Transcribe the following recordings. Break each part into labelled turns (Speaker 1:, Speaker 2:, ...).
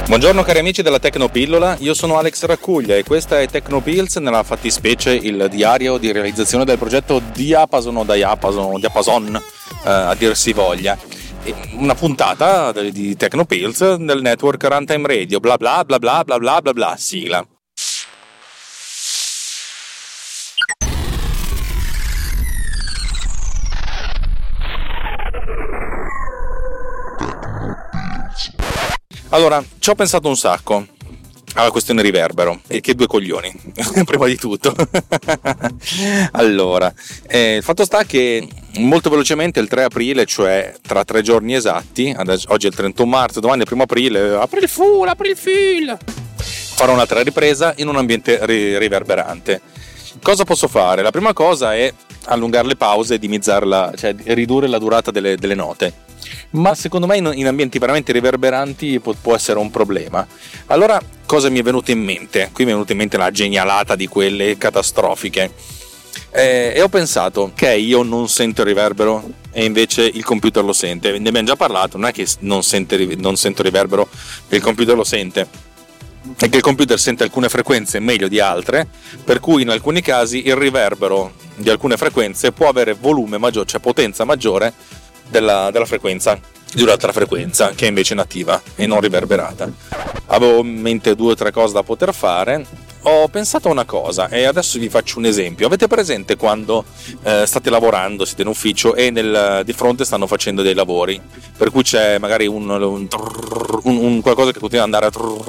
Speaker 1: Buongiorno cari amici della Tecnopillola, io sono Alex Raccuglia e questa è Tecnopills, nella fattispecie il diario di realizzazione del progetto Diapason a dir si voglia. Una puntata di Tecnopills del network Runtime Radio, bla bla bla bla bla bla bla bla, sigla. Allora, ci ho pensato un sacco alla questione riverbero, e che due coglioni, prima di tutto. Allora, il fatto sta che molto velocemente il 3 aprile, cioè tra 3 giorni esatti, oggi è il 31 marzo, domani è il 1 aprile, apri il fil, farò un'altra ripresa in un ambiente riverberante. Cosa posso fare? La prima cosa è allungare le pause e dimizzarla, cioè ridurre la durata delle note. Ma secondo me in ambienti veramente riverberanti può essere un problema. Allora, cosa mi è venuto in mente? Qui mi è venuta in mente una genialata di quelle catastrofiche. E ho pensato che io non sento il riverbero e invece il computer lo sente. Ne abbiamo già parlato, non è che non sento riverbero e il computer lo sente. È che il computer sente alcune frequenze meglio di altre, per cui in alcuni casi il riverbero di alcune frequenze può avere volume maggiore, cioè potenza maggiore della frequenza di un'altra frequenza che è invece nativa e non riverberata. Avevo in mente 2 o 3 cose da poter fare. Ho pensato a una cosa e adesso vi faccio un esempio. Avete presente quando state lavorando, siete in ufficio e di fronte stanno facendo dei lavori, per cui c'è magari un qualcosa che continua ad andare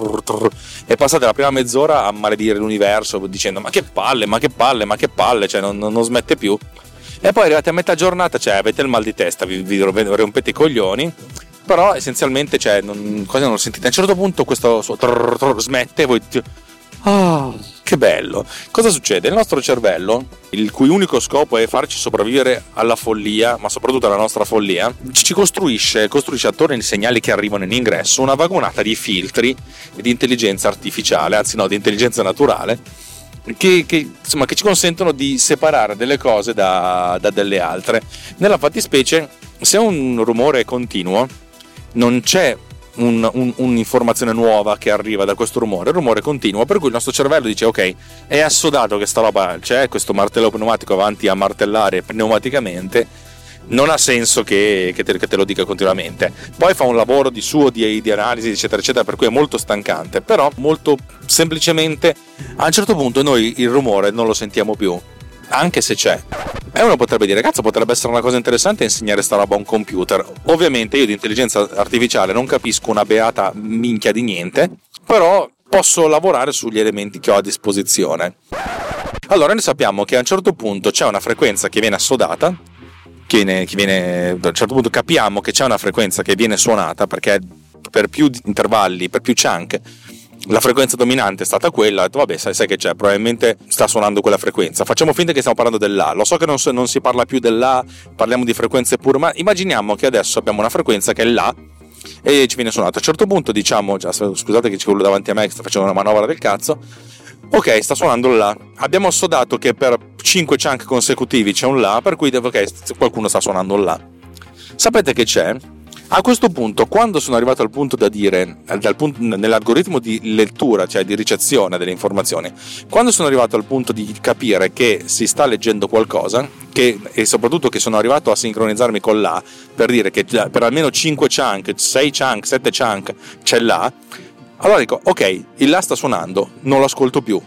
Speaker 1: e passate la prima mezz'ora a maledire l'universo dicendo ma che palle, cioè non smette più. E poi arrivate a metà giornata, cioè avete il mal di testa, vi rompete i coglioni, però essenzialmente quasi non lo sentite. A un certo punto questo smette e voi che bello. Cosa succede? Il nostro cervello, il cui unico scopo è farci sopravvivere alla follia, ma soprattutto alla nostra follia, ci costruisce attorno ai segnali che arrivano in ingresso una vagonata di filtri di intelligenza artificiale, anzi no, di intelligenza naturale, che ci consentono di separare delle cose da delle altre. Nella fattispecie, se un rumore è continuo, non c'è un'informazione nuova che arriva da questo rumore, il rumore è continuo, per cui il nostro cervello dice ok, è assodato che sta roba, c'è questo martello pneumatico avanti a martellare pneumaticamente, non ha senso che te lo dica continuamente. Poi fa un lavoro di analisi eccetera eccetera, per cui è molto stancante, però molto semplicemente a un certo punto noi il rumore non lo sentiamo più, anche se c'è. E uno potrebbe dire cazzo, potrebbe essere una cosa interessante insegnare sta roba a un computer. Ovviamente io di intelligenza artificiale non capisco una beata minchia di niente, però posso lavorare sugli elementi che ho a disposizione. Allora noi sappiamo che a un certo punto c'è una frequenza che viene assodata, a un certo punto capiamo che c'è una frequenza che viene suonata perché per più intervalli, per più chunk, la frequenza dominante è stata quella. Ho detto vabbè, sai che c'è, probabilmente sta suonando quella frequenza, facciamo finta che stiamo parlando dell'A. Lo so che non si parla più dell'A, parliamo di frequenze pure, ma immaginiamo che adesso abbiamo una frequenza che è l'A e ci viene suonata. A un certo punto diciamo, scusate che c'è quello davanti a me che sta facendo una manovra del cazzo, ok, sta suonando l'A, abbiamo assodato che per 5 chunk consecutivi c'è un La, per cui ok, qualcuno sta suonando l'A. Sapete che c'è? A questo punto, quando sono arrivato al punto da dire, nell'algoritmo di lettura, cioè di ricezione delle informazioni, quando sono arrivato al punto di capire che si sta leggendo qualcosa, e soprattutto che sono arrivato a sincronizzarmi con l'A, per dire che per almeno 5 chunk, 6 chunk, 7 chunk c'è l'A, allora dico, ok, il La sta suonando, non lo ascolto più.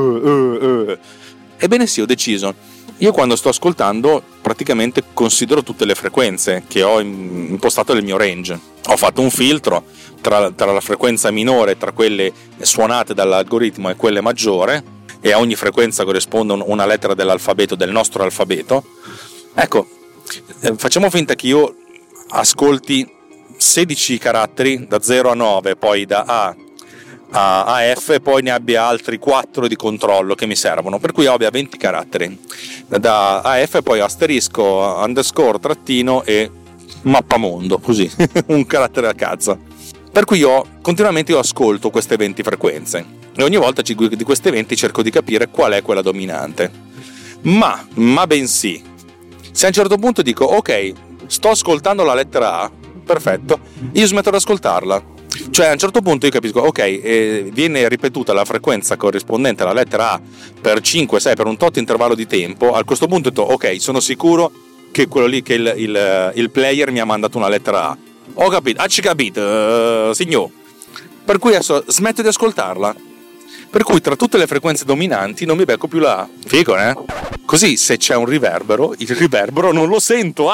Speaker 1: Ebbene sì, ho deciso. Io quando sto ascoltando praticamente considero tutte le frequenze che ho impostato nel mio range. Ho fatto un filtro tra la frequenza minore, tra quelle suonate dall'algoritmo e quelle maggiore, e a ogni frequenza corrisponde una lettera dell'alfabeto, del nostro alfabeto. Ecco, facciamo finta che io ascolti 16 caratteri da 0 a 9, poi da A a F, e poi ne abbia altri 4 di controllo che mi servono, per cui io abbia 20 caratteri da A a F, poi asterisco, underscore, trattino e mappamondo, così un carattere a cazzo, per cui continuamente ascolto queste 20 frequenze e ogni volta di queste 20 cerco di capire qual è quella dominante. Ma bensì, se a un certo punto dico ok, sto ascoltando la lettera A, perfetto, io smetto di ascoltarla Cioè a un certo punto io capisco, ok, viene ripetuta la frequenza corrispondente alla lettera A per 5, 6, per un tot intervallo di tempo. A questo punto ho detto, ok, sono sicuro che quello lì, che il player mi ha mandato una lettera A. Ho capito, signor. Per cui adesso smetto di ascoltarla. Per cui tra tutte le frequenze dominanti non mi becco più la A. Figo, Così se c'è un riverbero, il riverbero non lo sento.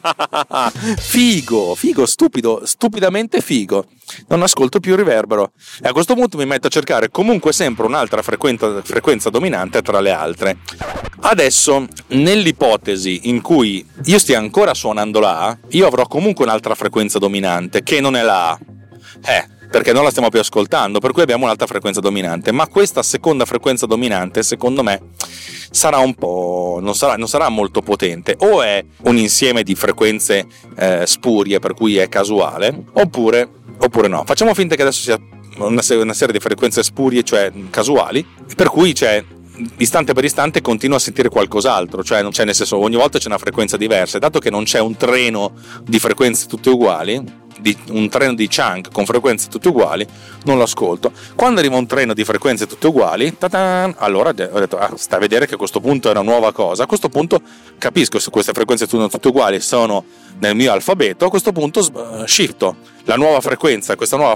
Speaker 1: Figo, stupido, stupidamente figo. Non ascolto più il riverbero. E a questo punto mi metto a cercare comunque sempre un'altra frequenza dominante tra le altre. Adesso, nell'ipotesi in cui io stia ancora suonando la A, io avrò comunque un'altra frequenza dominante che non è la A. Perché non la stiamo più ascoltando, per cui abbiamo un'alta frequenza dominante. Ma questa seconda frequenza dominante, secondo me, sarà un po', non sarà molto potente. O è un insieme di frequenze spurie, per cui è casuale, oppure no. Facciamo finta che adesso sia una serie di frequenze spurie, cioè casuali, per cui c'è istante per istante continuo a sentire qualcos'altro, cioè non c'è, nel senso, ogni volta c'è una frequenza diversa. Dato che non c'è un treno di frequenze tutte uguali, un treno di chunk con frequenze tutte uguali, non lo ascolto. Quando arriva un treno di frequenze tutte uguali, allora ho detto, sta a vedere che a questo punto è una nuova cosa. A questo punto capisco se queste frequenze tutte uguali sono nel mio alfabeto. A questo punto shifto la nuova frequenza, questa nuova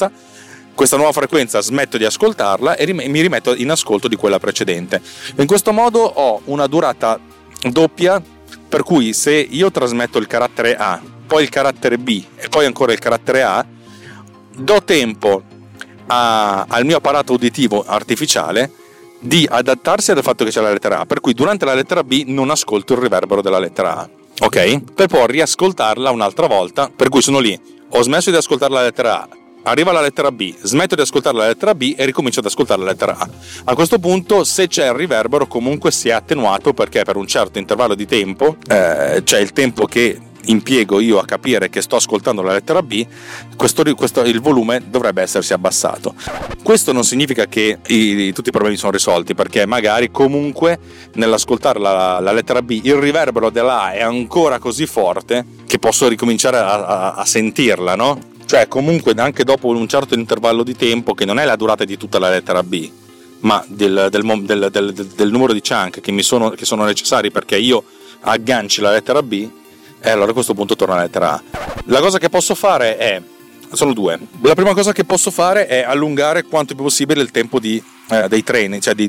Speaker 1: frequenza smetto di ascoltarla e mi rimetto in ascolto di quella precedente. In questo modo ho una durata doppia, per cui se io trasmetto il carattere A, poi il carattere B e poi ancora il carattere A, do tempo al mio apparato uditivo artificiale di adattarsi al fatto che c'è la lettera A, per cui durante la lettera B non ascolto il riverbero della lettera A, ok? Per poi riascoltarla un'altra volta, per cui sono lì, ho smesso di ascoltare la lettera A, arriva la lettera B, smetto di ascoltare la lettera B e ricomincio ad ascoltare la lettera A. A questo punto, se c'è il riverbero, comunque si è attenuato, perché per un certo intervallo di tempo, cioè il tempo che impiego io a capire che sto ascoltando la lettera B, il volume dovrebbe essersi abbassato. Questo non significa che tutti i problemi sono risolti, perché magari comunque nell'ascoltare la lettera B il riverbero della A è ancora così forte che posso ricominciare a sentirla, no? Cioè comunque anche dopo un certo intervallo di tempo, che non è la durata di tutta la lettera B, ma del numero di chunk che sono necessari perché io agganci la lettera B, e allora a questo punto torna la lettera A. La cosa che posso fare sono due. La prima cosa che posso fare è allungare quanto più possibile il tempo dei treni, cioè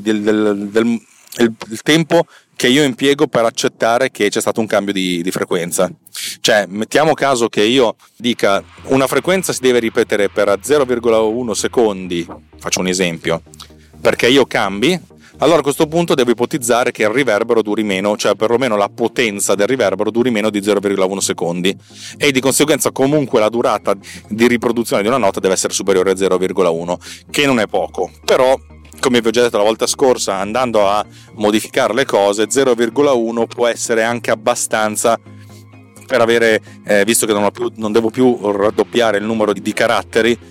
Speaker 1: il tempo che io impiego per accettare che c'è stato un cambio di frequenza. Cioè, mettiamo caso che io dica una frequenza si deve ripetere per 0,1 secondi, faccio un esempio, perché io cambi. Allora a questo punto devo ipotizzare che il riverbero duri meno, cioè perlomeno la potenza del riverbero duri meno di 0,1 secondi, e di conseguenza comunque la durata di riproduzione di una nota deve essere superiore a 0,1, che non è poco. Però, come vi ho già detto la volta scorsa, andando a modificare le cose, 0,1 può essere anche abbastanza per avere, visto che non devo più raddoppiare il numero di caratteri.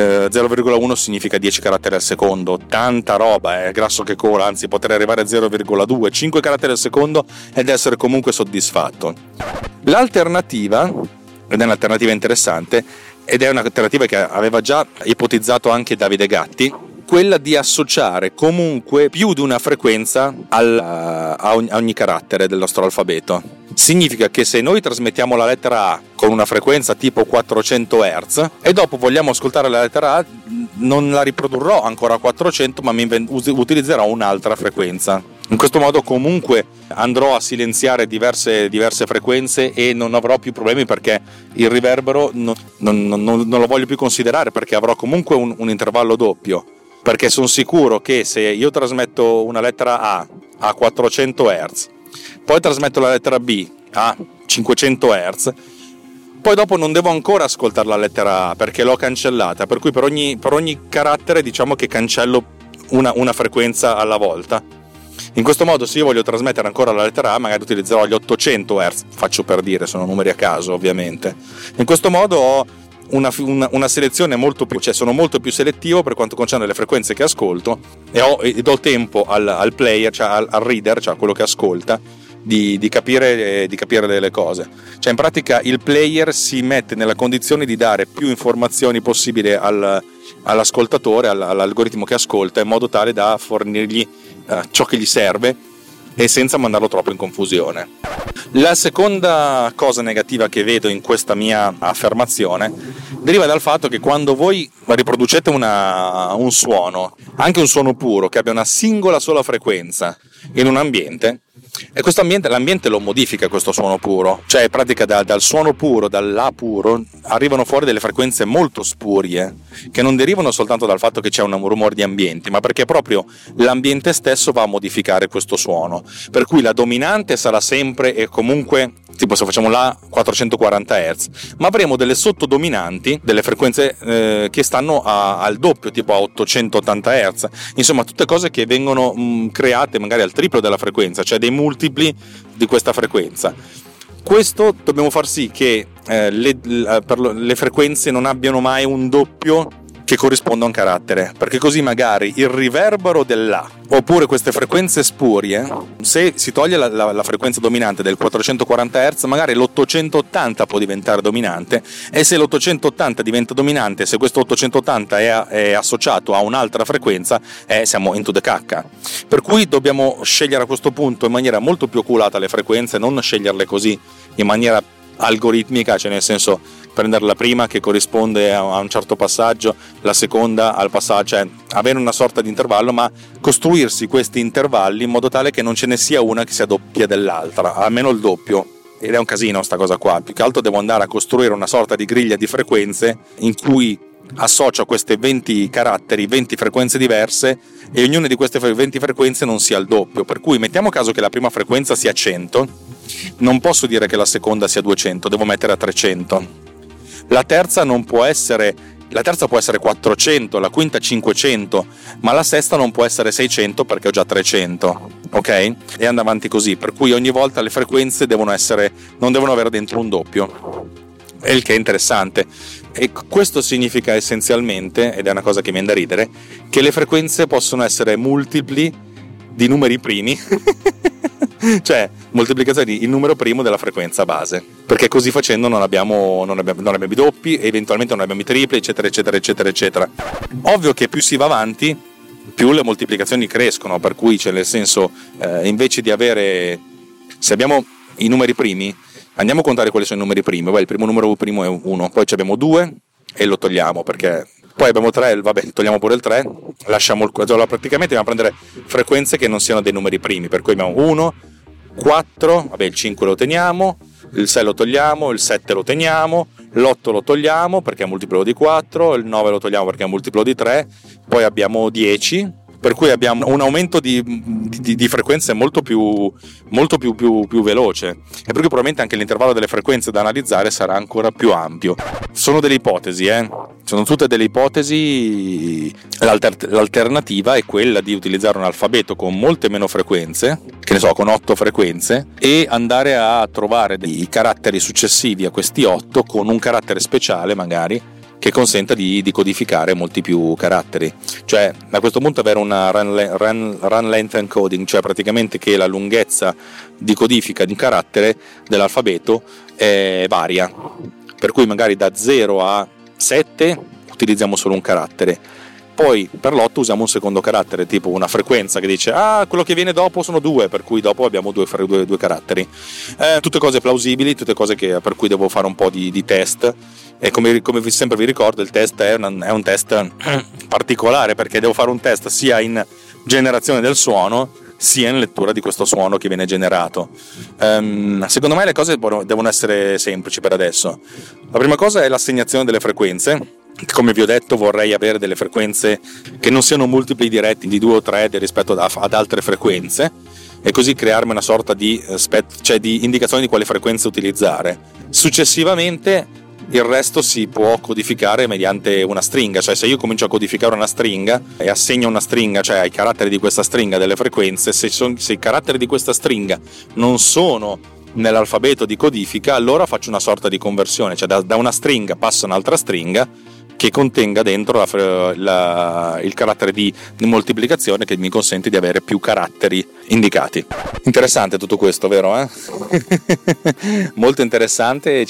Speaker 1: 0,1 significa 10 caratteri al secondo, tanta roba, è grasso che cola, anzi potrei arrivare a 0,2, 5 caratteri al secondo ed essere comunque soddisfatto. L'alternativa, ed è un'alternativa interessante, ed è un'alternativa che aveva già ipotizzato anche Davide Gatti, quella di associare comunque più di una frequenza a ogni carattere del nostro alfabeto. Significa che se noi trasmettiamo la lettera A con una frequenza tipo 400 Hz e dopo vogliamo ascoltare la lettera A, non la riprodurrò ancora a 400, ma utilizzerò un'altra frequenza. In questo modo comunque andrò a silenziare diverse frequenze e non avrò più problemi, perché il riverbero non lo voglio più considerare, perché avrò comunque un intervallo doppio. Perché sono sicuro che se io trasmetto una lettera A 400 Hz, poi trasmetto la lettera B a 500 Hz, poi dopo non devo ancora ascoltare la lettera A perché l'ho cancellata, per cui per ogni carattere diciamo che cancello una frequenza alla volta. In questo modo, se io voglio trasmettere ancora la lettera A, magari utilizzerò gli 800 Hz, faccio per dire, sono numeri a caso ovviamente. In questo modo ho una selezione molto più, cioè sono molto più selettivo per quanto concerne le frequenze che ascolto, e do tempo al player, cioè al reader, cioè a quello che ascolta, di capire delle cose. Cioè in pratica il player si mette nella condizione di dare più informazioni possibile all'ascoltatore, all'algoritmo che ascolta, in modo tale da fornirgli ciò che gli serve e senza mandarlo troppo in confusione. La seconda cosa negativa che vedo in questa mia affermazione deriva dal fatto che quando voi riproducete un suono, anche un suono puro che abbia una singola sola frequenza in un ambiente, e l'ambiente lo modifica questo suono puro, cioè in pratica dal suono puro, dal La puro, arrivano fuori delle frequenze molto spurie che non derivano soltanto dal fatto che c'è un rumore di ambiente, ma perché proprio l'ambiente stesso va a modificare questo suono, per cui la dominante sarà sempre e comunque, tipo se facciamo la 440 Hz, ma avremo delle sottodominanti, delle frequenze che stanno al doppio, tipo a 880 Hz, insomma tutte cose che vengono create magari al triplo della frequenza, cioè dei multipli di questa frequenza. Questo dobbiamo far sì che le frequenze non abbiano mai un doppio che corrisponda a un carattere, perché così magari il riverbero dell'A oppure queste frequenze spurie, se si toglie la frequenza dominante del 440 Hz, magari l'880 può diventare dominante, e se l'880 diventa dominante, se questo 880 è associato a un'altra frequenza, siamo into the cacca. Per cui dobbiamo scegliere a questo punto in maniera molto più oculata le frequenze, non sceglierle così in maniera algoritmica, cioè nel senso prendere la prima che corrisponde a un certo passaggio, la seconda al passaggio, cioè avere una sorta di intervallo, ma costruirsi questi intervalli in modo tale che non ce ne sia una che sia doppia dell'altra, almeno il doppio. Ed è un casino sta cosa qua. Più che altro devo andare a costruire una sorta di griglia di frequenze in cui associo a queste 20 caratteri 20 frequenze diverse, e ognuna di queste 20 frequenze non sia il doppio. Per cui mettiamo caso che la prima frequenza sia 100, non posso dire che la seconda sia 200, devo mettere a 300. La terza può essere 400, la quinta 500, ma la sesta non può essere 600 perché ho già 300, ok? E anda avanti così, per cui ogni volta le frequenze non devono avere dentro un doppio, è il che è interessante. E questo significa essenzialmente, ed è una cosa che mi viene da ridere, che le frequenze possono essere multipli di numeri primi cioè moltiplicazione di il numero primo della frequenza base, perché così facendo non abbiamo i doppi, eventualmente non abbiamo i tripli, eccetera eccetera eccetera eccetera. Ovvio che più si va avanti più le moltiplicazioni crescono, per cui nel senso invece di avere, se abbiamo i numeri primi, andiamo a contare quali sono i numeri primi. Il primo numero primo è 1, poi abbiamo 2 e lo togliamo, perché poi abbiamo 3, togliamo pure il 3, lasciamo allora praticamente dobbiamo prendere frequenze che non siano dei numeri primi, per cui abbiamo 1, 4, il 5 lo teniamo, il 6 lo togliamo, il 7 lo teniamo, l'8 lo togliamo perché è multiplo di 4, il 9 lo togliamo perché è multiplo di 3, poi abbiamo 10, per cui abbiamo un aumento di frequenze molto più veloce, e per cui probabilmente anche l'intervallo delle frequenze da analizzare sarà ancora più ampio. Sono delle ipotesi, sono tutte delle ipotesi. L'alternativa è quella di utilizzare un alfabeto con molte meno frequenze, che ne so, con 8 frequenze, e andare a trovare dei caratteri successivi a questi 8 con un carattere speciale magari che consenta di codificare molti più caratteri. Cioè a questo punto avere una run length encoding, cioè praticamente che la lunghezza di codifica di un carattere dell'alfabeto varia, per cui magari da 0 a 7 utilizziamo solo un carattere, poi per l'8 usiamo un secondo carattere, tipo una frequenza che dice quello che viene dopo sono 2, per cui dopo abbiamo due caratteri. Tutte cose plausibili, tutte cose per cui devo fare un po' di test, e come sempre vi ricordo, il test è un test particolare, perché devo fare un test sia in generazione del suono sia in lettura di questo suono che viene generato. Secondo me le cose devono essere semplici per adesso. La prima cosa è l'assegnazione delle frequenze. Come vi ho detto, vorrei avere delle frequenze che non siano multipli diretti di 2 o 3 rispetto ad altre frequenze, e così crearmi una sorta di indicazione di quale frequenza utilizzare. Successivamente il resto si può codificare mediante una stringa, cioè se io comincio a codificare una stringa e assegno una stringa, cioè ai caratteri di questa stringa delle frequenze, se i caratteri di questa stringa non sono nell'alfabeto di codifica, allora faccio una sorta di conversione, cioè da una stringa passo a un'altra stringa che contenga dentro il carattere di moltiplicazione che mi consente di avere più caratteri indicati. Interessante tutto questo, vero? Molto interessante.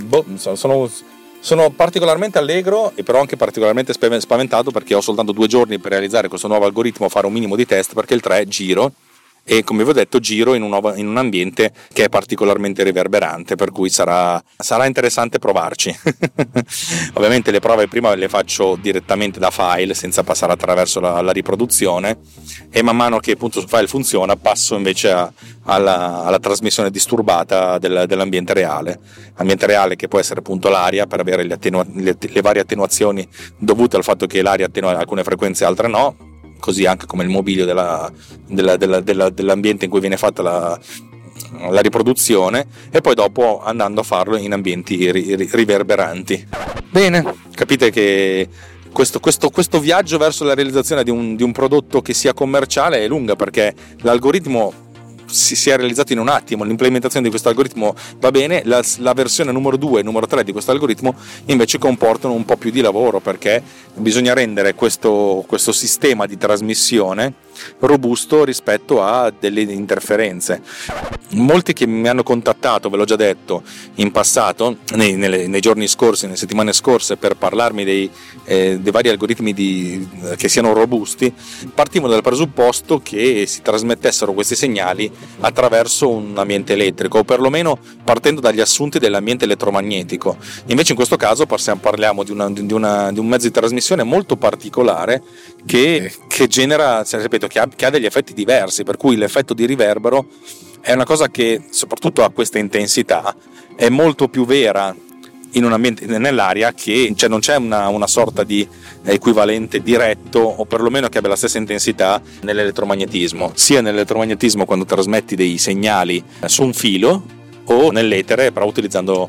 Speaker 1: Sono particolarmente allegro e però anche particolarmente spaventato, perché ho soltanto 2 giorni per realizzare questo nuovo algoritmo, fare un minimo di test, perché il 3 giro, e come vi ho detto giro in un ambiente che è particolarmente riverberante, per cui sarà interessante provarci. Ovviamente le prove prima le faccio direttamente da file senza passare attraverso la riproduzione, e man mano che appunto su file funziona passo invece alla trasmissione disturbata dell'ambiente reale, che può essere appunto l'aria, per avere le varie attenuazioni dovute al fatto che l'aria attenua alcune frequenze e altre no, così anche come il mobilio dell'ambiente in cui viene fatta la riproduzione, e poi dopo andando a farlo in ambienti riverberanti. Bene, capite che questo viaggio verso la realizzazione di un prodotto che sia commerciale è lunga, perché l'algoritmo si è realizzato in un attimo, l'implementazione di questo algoritmo va bene, la versione numero 2 e numero 3 di questo algoritmo invece comportano un po' più di lavoro, perché bisogna rendere questo sistema di trasmissione robusto rispetto a delle interferenze. Molti che mi hanno contattato, ve l'ho già detto in passato, nei giorni scorsi, nelle settimane scorse, per parlarmi dei vari algoritmi che siano robusti, partivano dal presupposto che si trasmettessero questi segnali attraverso un ambiente elettrico, o perlomeno partendo dagli assunti dell'ambiente elettromagnetico. Invece in questo caso parliamo di un mezzo di trasmissione molto particolare che genera, ripeto, che ha degli effetti diversi, per cui l'effetto di riverbero è una cosa che, soprattutto a questa intensità, è molto più vera in un ambiente, nell'aria, che non c'è una sorta di equivalente diretto, o perlomeno che abbia la stessa intensità nell'elettromagnetismo, sia nell'elettromagnetismo quando trasmetti dei segnali su un filo, o nell'etere, però utilizzando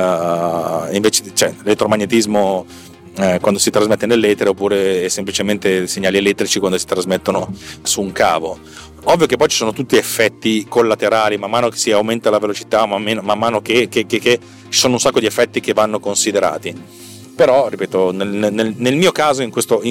Speaker 1: l'elettromagnetismo quando si trasmette nell'etere, oppure semplicemente segnali elettrici quando si trasmettono su un cavo. Ovvio che poi ci sono tutti effetti collaterali, man mano che si aumenta la velocità, man mano che ci sono un sacco di effetti che vanno considerati. Però, ripeto, nel mio caso, in questo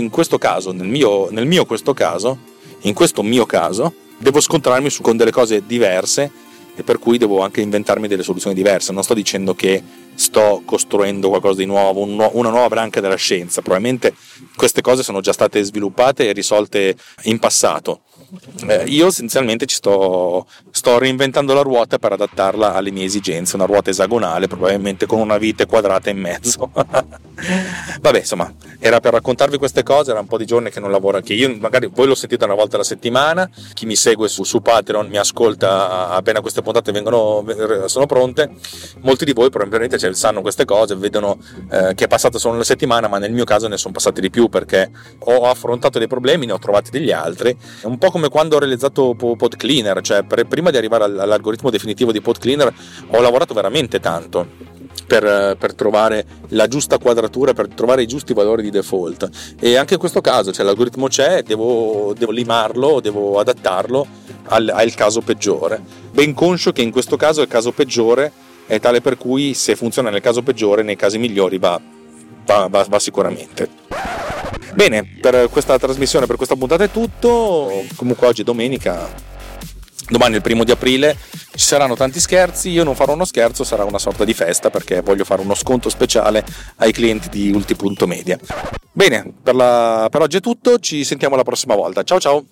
Speaker 1: mio caso, devo scontrarmi con delle cose diverse, e per cui devo anche inventarmi delle soluzioni diverse. Non sto dicendo che sto costruendo qualcosa di nuovo, una nuova branca della scienza. Probabilmente queste cose sono già state sviluppate e risolte in passato. Io essenzialmente ci sto reinventando la ruota per adattarla alle mie esigenze, una ruota esagonale, probabilmente con una vite quadrata in mezzo. Vabbè, insomma, era per raccontarvi queste cose. Era un po' di giorni che non lavoro, che io magari voi lo sentite una volta alla settimana, chi mi segue su Patreon mi ascolta appena queste puntate sono pronte. Molti di voi probabilmente sanno queste cose, vedono che è passata solo una settimana, ma nel mio caso ne sono passati di più, perché ho affrontato dei problemi, ne ho trovati degli altri. È un po' come quando ho realizzato PodCleaner, cioè prima di arrivare all'algoritmo definitivo di PodCleaner ho lavorato veramente tanto per trovare la giusta quadratura, per trovare i giusti valori di default. E anche in questo caso, l'algoritmo c'è, devo limarlo, devo adattarlo al caso peggiore, ben conscio che in questo caso il caso peggiore è tale per cui se funziona nel caso peggiore, nei casi migliori va sicuramente. Bene, per questa trasmissione, per questa puntata è tutto. Comunque oggi è domenica, domani è il 1 aprile, ci saranno tanti scherzi. Io non farò uno scherzo, sarà una sorta di festa, perché voglio fare uno sconto speciale ai clienti di Ulti.media. Bene, per oggi è tutto, ci sentiamo la prossima volta. Ciao ciao!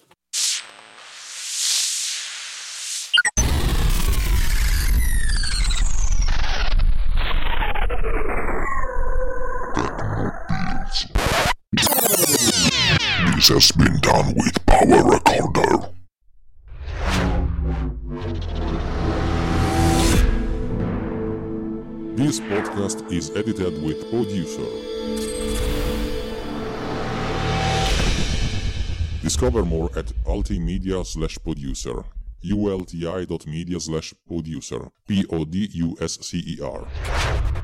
Speaker 2: This has been done with Power Recorder. This podcast is edited with Producer. Discover more at ultimedia/producer. ulti.media/producer. PODUSCER.